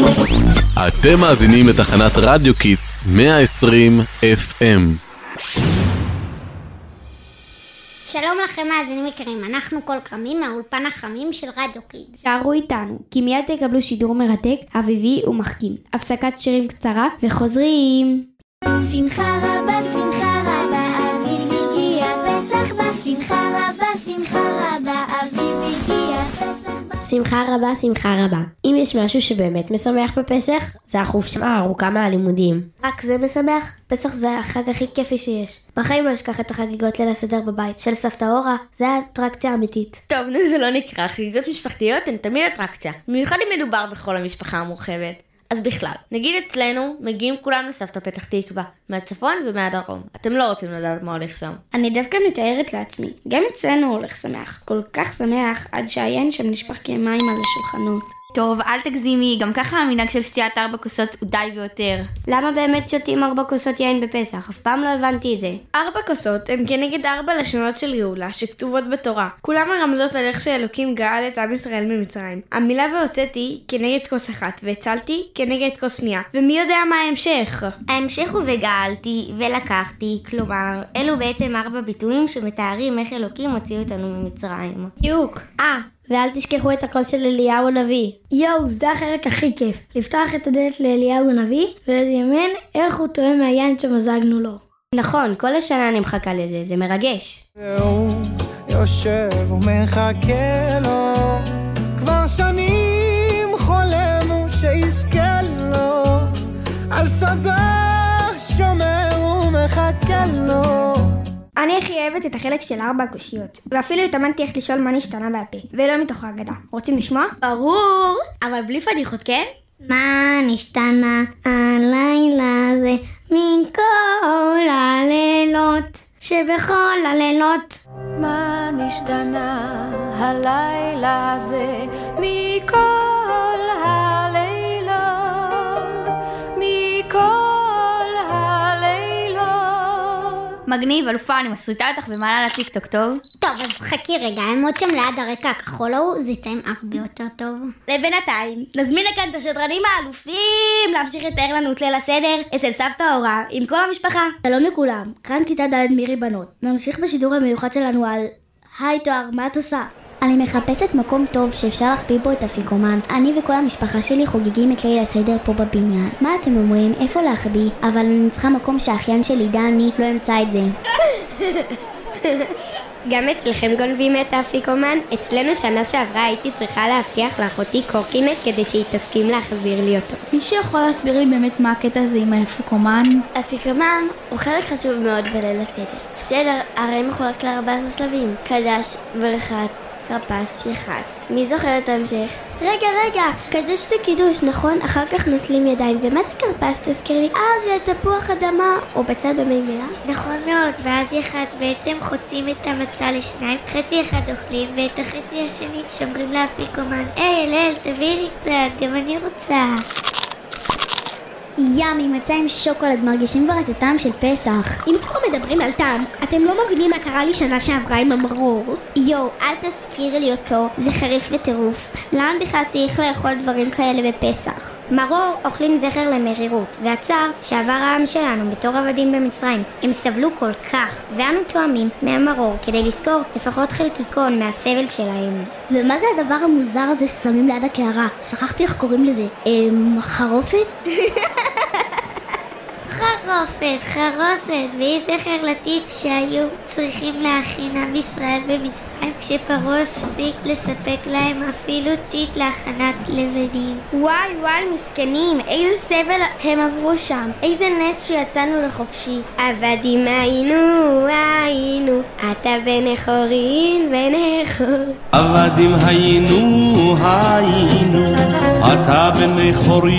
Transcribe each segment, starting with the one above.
אתם מאזינים לתחנת רדיו קיטס 120 FM. שלום לכם מאזינים יקרים, אנחנו כל כרמים מהאולפן החמים של רדיו קיטס. שערו איתנו, כי מיד תקבלו שידור מרתק, אביבי ומחכים. הפסקת שירים קצרה וחוזרים. שמחה רבה, אביב הגיע פסח בא. שמחה רבה, אביב הגיע פסח בא. שמחה רבה. אם יש משהו שבאמת משמח בפסח, זה החופשה הארוכה מהלימודים. רק זה משמח? פסח זה החג הכי כיפי שיש. בחיים לא אשכח את החגיגות ליל הסדר בבית של סבתא אורה, זה האטרקציה אמיתית. טוב, זה לא נקרא. חגיגות משפחתיות הן תמיד אטרקציה. במיוחד אם מדובר בכל המשפחה המורחבת. אז בכלל, נגיד אצלנו מגיעים כולם לסבתא פתח תקווה, מהצפון ומהדרום. אתם לא רוצים לדעת מה הולך שם. אני דווקא מתארת לעצמי, גם אצלנו הולך שמח. כל כך שמח עד שהעין שם נשפך כמים על השולחנות. טוב, אל תגזימי, גם ככה המנהג של שתיית 4 כוסות הוא די ויותר. למה באמת שותים 4 כוסות יין בפסח? אף פעם לא הבנתי את זה. 4 כוסות הם כנגד 4 לשונות של גאולה שכתובות בתורה. כולם הרמזות על איך שאלוקים גאל את עם ישראל ממצרים. המילה והוצאתי כנגד כוס אחת, והצלתי כנגד כוס שנייה. ומי יודע מה ההמשך? ההמשך הוא וגאלתי ולקחתי, כלומר, אלו בעצם 4 ביטויים שמתארים איך אלוקים הוציאו אותנו ממצרים. יוק. ואל תשכחו את הכוס של אליהו הנביא. יואו, זה החלק הכי כיף. לפתוח את הדלת לאליהו הנביא ולדמיין איך הוא טועם מהיין שמזגנו לו. נכון, כל השנה אני מחכה לזה, זה מרגש. והוא יושב ומחכה לו, כבר שנים חולם הוא שיזכה לו, על שדה שומר ומחכה לו. אני הכי אוהבת את החלק של 4 הקושיות, ואפילו התאמנתי איך לשאול מה נשתנה בעל פה, ולא מתוך ההגדה. רוצים לשמוע? ברור, אבל בלי פדיחות, כן? מה נשתנה הלילה הזה מכל הלילות שבכל הלילות? מה נשתנה הלילה הזה מכל הלילות, מכל הלילות. מגניב, אלופה, אני מסריטה אותך ומעלה לטיקטוק, טוב? טוב, אז חכי רגע, הם עוד שם ליד הרקע הכחול ההוא, זה יסיים הרבה יותר טוב. לבינתיים, נזמין לכאן את השדרנים האלופים להמשיך לתאר לנו את ליל הסדר אצל סבתא אורה עם כל המשפחה. שלום לכולם, כאן כיתה ד' מירי בנות. נמשיך בשידור המיוחד שלנו על היי תואר, מה את עושה? אני מחפשת מקום טוב שאפשר להחביא בו את אפיקומן. אני וכל המשפחה שלי חוגגים את ליל הסדר פה בבניין. מה אתם אומרים? איפה להחביא? אבל אני צריכה מקום שהאחיין שלי דני לא ימצא את זה. גם אצלכם גונבים את האפיקומן? אצלנו שנה שעברה הייתי צריכה להבטיח לאחותי קורקינט כדי שהיא תסכים להחזיר לי אותו. מישהו יכול להסביר לי באמת מה הקטע הזה עם האפיקומן? האפיקומן הוא חלק חשוב מאוד בליל הסדר. הסדר הרי מחולק ל14 שלבים, קדש, ברכת, כרפס, יח"צ. מי זוכר את ההמשך? רגע, קדש זה קידוש, נכון? אחר כך נוטלים ידיים. ומה זה כרפס? תזכיר לי. זה תפוח אדמה, או בצד במי מילה? נכון מאוד, ואז יח"צ בעצם חוצים את המצה לשניים, חצי אחד אוכלים ואת החצי השני שומרים לאפיקומן. אל, תביא לי קצת, גם אני רוצה. ימי, מצה עם שוקולד, מרגישים כבר את הטעם של פסח. אם כבר מדברים על טעם, אתם לא מבינים מה קרה לי שנה שעברה עם המרור. אל תזכיר לי אותו, זה חריף וטירוף. למה בכלל צריך לאכול דברים כאלה בפסח? מרור אוכלים זכר למרירות, והצער שעבר העם שלנו בתור עבדים במצרים. הם סבלו כל כך, ואנו תואמים מהמרור כדי לזכור לפחות חלקיקון מהסבל שלהם. ומה זה הדבר המוזר הזה ששמים ליד הקערה? שכחתי איך קוראים לזה. חרופת? חרוסת, והיא זכר לתיק שהיו צריכים להכין עם ישראל במצרים כשפרעה הפסיק לספק להם אפילו תיק להכנת לבנים. וואי, מסכנים, איזה סבל הם עברו שם, איזה נס שיצאנו לחופשי. עבדים היינו, אתה בן חורין. עבדים היינו, אתה בן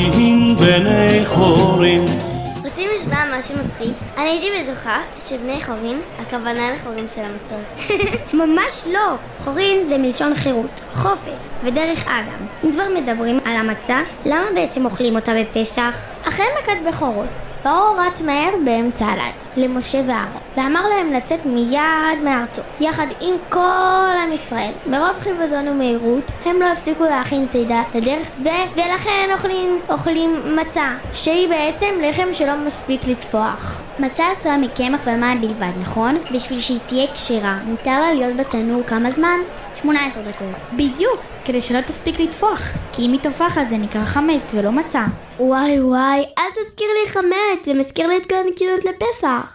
חורין. רוצים לשמוע משהו מצחיק? אני הייתי בטוחה שבני חורין, הכוונה לחורין של המצות. ממש לא. חורין זה מלשון חירות, חופש. ודרך אגב, אם כבר מדברים על המצה, למה בעצם אוכלים אותה בפסח? אחרי מכת בכורות, פרעה רץ מהר באמצע הלילה למשה ואהרון, ואמר להם לצאת מיד מארצו, יחד עם כל עם ישראל. מרוב חיפזון ומהירות, הם לא הפסיקו להכין צידה לדרך, ולכן אוכלים מצה, שהיא בעצם לחם שלא מספיק לטפוח. מצה עשויה מקמח ומים בלבד, נכון? בשביל שהיא תהיה קשירה, מותר לה להיות בתנור כמה זמן? 18 דקות. בדיוק, כדי שלא תספיק לטפוח, כי אם היא טופחת זה נקרא חמץ ולא מצה. וואי, אל תזכיר לי חמץ, זה מזכיר לי את כל הנקינות לפסח.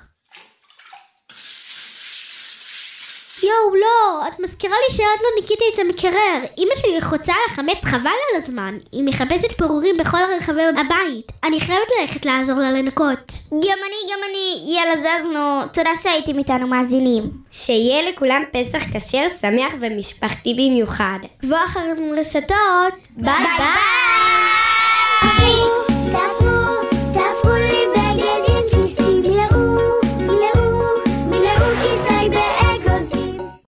יואו, לא, את מזכירה לי שעוד לא ניקיתי את המקרר. אמא שלי חוצה על החמץ חבל על הזמן. היא מחפשת פירורים בכל רחבי הבית. אני חייבת ללכת לעזור לה לנקות. גם אני, יאללה זזנו. תודה שהייתם איתנו מאזינים. שיהיה לכולם פסח כשר, שמח ומשפחתי במיוחד. בוא אחר רשתות. ביי ביי.